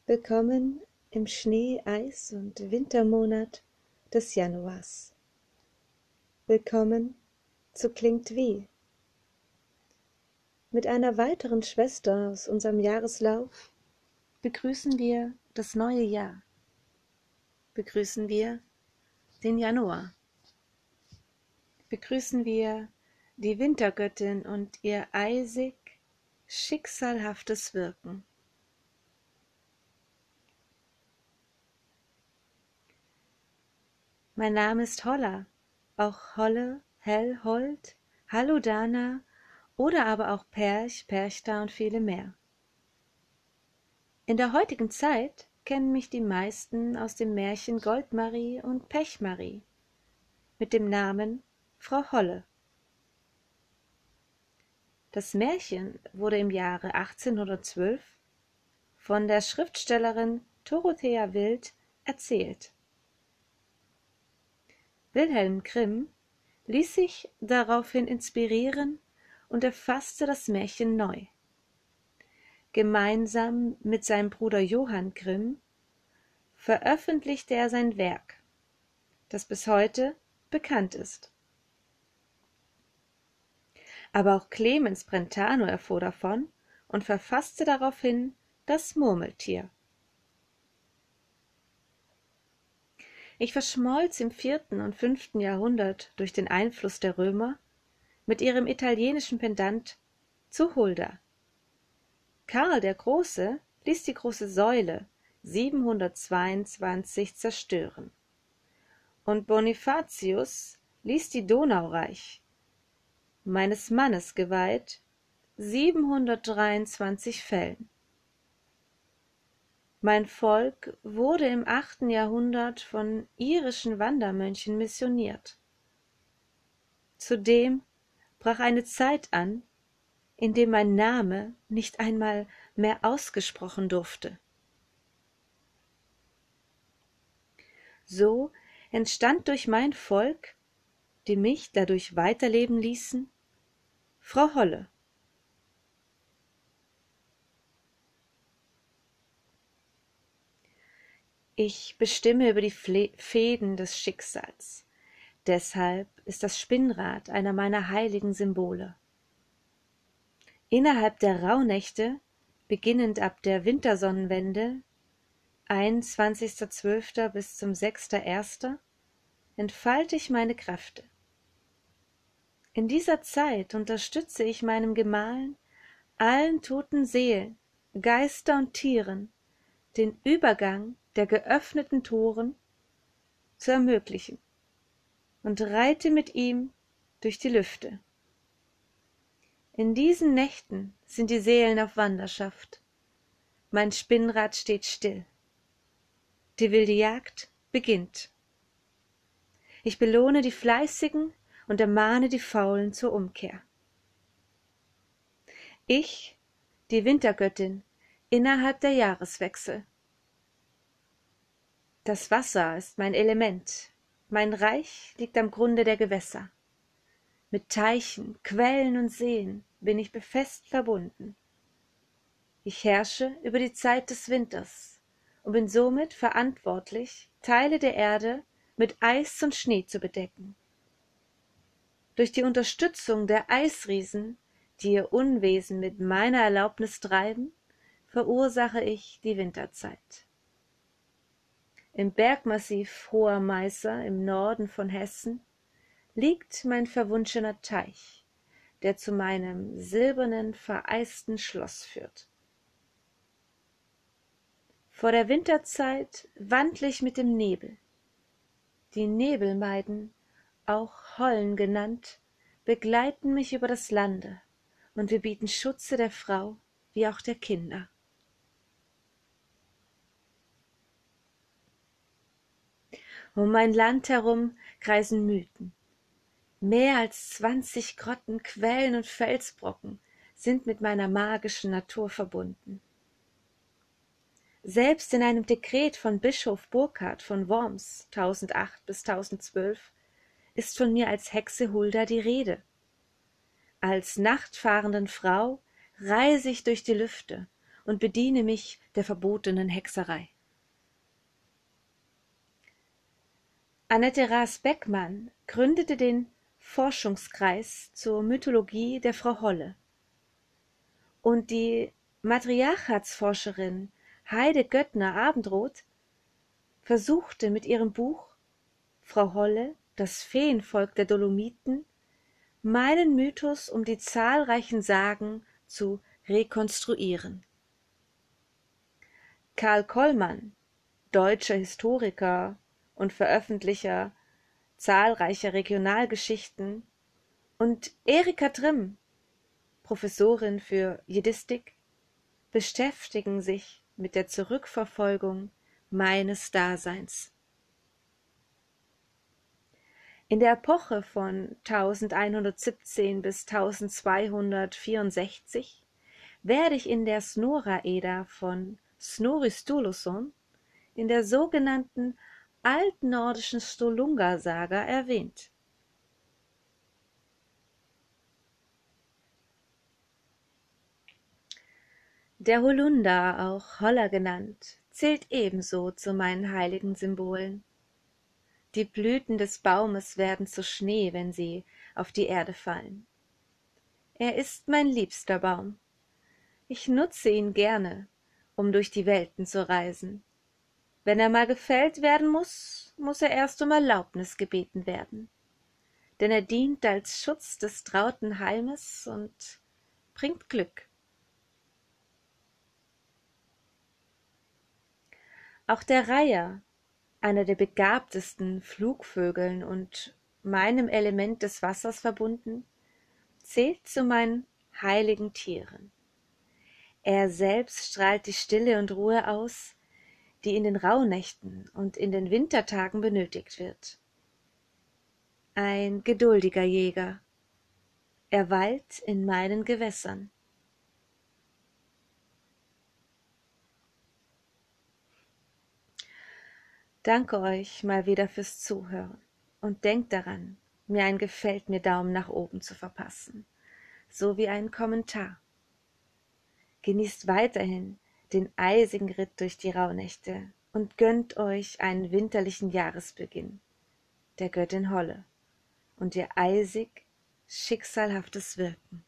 Willkommen im Schnee-, Eis- und Wintermonat des Januars. Willkommen zu Klingt wie. Mit einer weiteren Schwester aus unserem Jahreslauf begrüßen wir das neue Jahr. Begrüßen wir den Januar. Begrüßen wir die Wintergöttin und ihr eisig, schicksalhaftes Wirken. Mein Name ist Holla, auch Holle, Hell, Hold, Haludana oder aber auch Perch, Perchta und viele mehr. In der heutigen Zeit kennen mich die meisten aus dem Märchen Goldmarie und Pechmarie mit dem Namen Frau Holle. Das Märchen wurde im Jahre 1812 von der Schriftstellerin Dorothea Wild erzählt. Wilhelm Grimm ließ sich daraufhin inspirieren und erfasste das Märchen neu. Gemeinsam mit seinem Bruder Johann Grimm veröffentlichte er sein Werk, das bis heute bekannt ist. Aber auch Clemens Brentano erfuhr davon und verfasste daraufhin das Murmeltier. Ich verschmolz im 4. und 5. Jahrhundert durch den Einfluss der Römer mit ihrem italienischen Pendant zu Hulda. Karl der Große ließ die große Säule 722 zerstören und Bonifatius ließ die Donaureich, meines Mannes geweiht, 723 fällen. Mein Volk wurde im 8. Jahrhundert von irischen Wandermönchen missioniert. Zudem brach eine Zeit an, in der mein Name nicht einmal mehr ausgesprochen durfte. So entstand durch mein Volk, die mich dadurch weiterleben ließen, Frau Holle. Ich bestimme über die Fäden des Schicksals. Deshalb ist das Spinnrad einer meiner heiligen Symbole. Innerhalb der Rauhnächte, beginnend ab der Wintersonnenwende, 21.12. bis zum 6.1., entfalte ich meine Kräfte. In dieser Zeit unterstütze ich meinem Gemahl, allen toten Seelen, Geister und Tieren, den Übergang der geöffneten Toren zu ermöglichen und reite mit ihm durch die Lüfte. In diesen Nächten sind die Seelen auf Wanderschaft. Mein Spinnrad steht still. Die wilde Jagd beginnt. Ich belohne die Fleißigen und ermahne die Faulen zur Umkehr. Ich, die Wintergöttin, innerhalb der Jahreswechsel. Das Wasser ist mein Element. Mein Reich liegt am Grunde der Gewässer. Mit Teichen, Quellen und Seen bin ich befest verbunden. Ich herrsche über die Zeit des Winters und bin somit verantwortlich, Teile der Erde mit Eis und Schnee zu bedecken. Durch die Unterstützung der Eisriesen, die ihr Unwesen mit meiner Erlaubnis treiben, verursache ich die Winterzeit. Im Bergmassiv Hoher Meißer im Norden von Hessen liegt mein verwunschener Teich, der zu meinem silbernen, vereisten Schloss führt. Vor der Winterzeit wandle ich mit dem Nebel. Die Nebelmeiden, auch Hollen genannt, begleiten mich über das Lande, und wir bieten Schutze der Frau wie auch der Kinder. Um mein Land herum kreisen Mythen. Mehr als 20 Grotten, Quellen und Felsbrocken sind mit meiner magischen Natur verbunden. Selbst in einem Dekret von Bischof Burkhard von Worms 1008 bis 1012 ist von mir als Hexe Hulda die Rede. Als nachtfahrenden Frau reise ich durch die Lüfte und bediene mich der verbotenen Hexerei. Annette Raas-Beckmann gründete den Forschungskreis zur Mythologie der Frau Holle. Und die Matriarchatsforscherin Heide Göttner-Abendroth versuchte mit ihrem Buch »Frau Holle, das Feenvolk der Dolomiten« meinen Mythos um die zahlreichen Sagen zu rekonstruieren. Karl Kollmann, deutscher Historiker und Veröffentlicher zahlreicher Regionalgeschichten, und Erika Trimm, Professorin für Jiddistik, beschäftigen sich mit der Zurückverfolgung meines Daseins. In der Epoche von 1117 bis 1264 werde ich in der Snorra-Edda von Snorri Sturluson, in der sogenannten altnordischen Sturlunga-Saga erwähnt. Der Holunder, auch Holla genannt, zählt ebenso zu meinen heiligen Symbolen. Die Blüten des Baumes werden zu Schnee, wenn sie auf die Erde fallen. Er ist mein liebster Baum. Ich nutze ihn gerne, um durch die Welten zu reisen. Wenn er mal gefällt werden muss, muss er erst um Erlaubnis gebeten werden. Denn er dient als Schutz des trauten Heimes und bringt Glück. Auch der Reiher, einer der begabtesten Flugvögeln und meinem Element des Wassers verbunden, zählt zu meinen heiligen Tieren. Er selbst strahlt die Stille und Ruhe aus, die in den Rauhnächten und in den Wintertagen benötigt wird. Ein geduldiger Jäger. Er weilt in meinen Gewässern. Danke euch mal wieder fürs Zuhören und denkt daran, mir einen Gefällt mir Daumen nach oben zu verpassen, sowie einen Kommentar. Genießt weiterhin den eisigen Ritt durch die Rauhnächte und gönnt euch einen winterlichen Jahresbeginn der Göttin Holle und ihr eisig schicksalhaftes Wirken.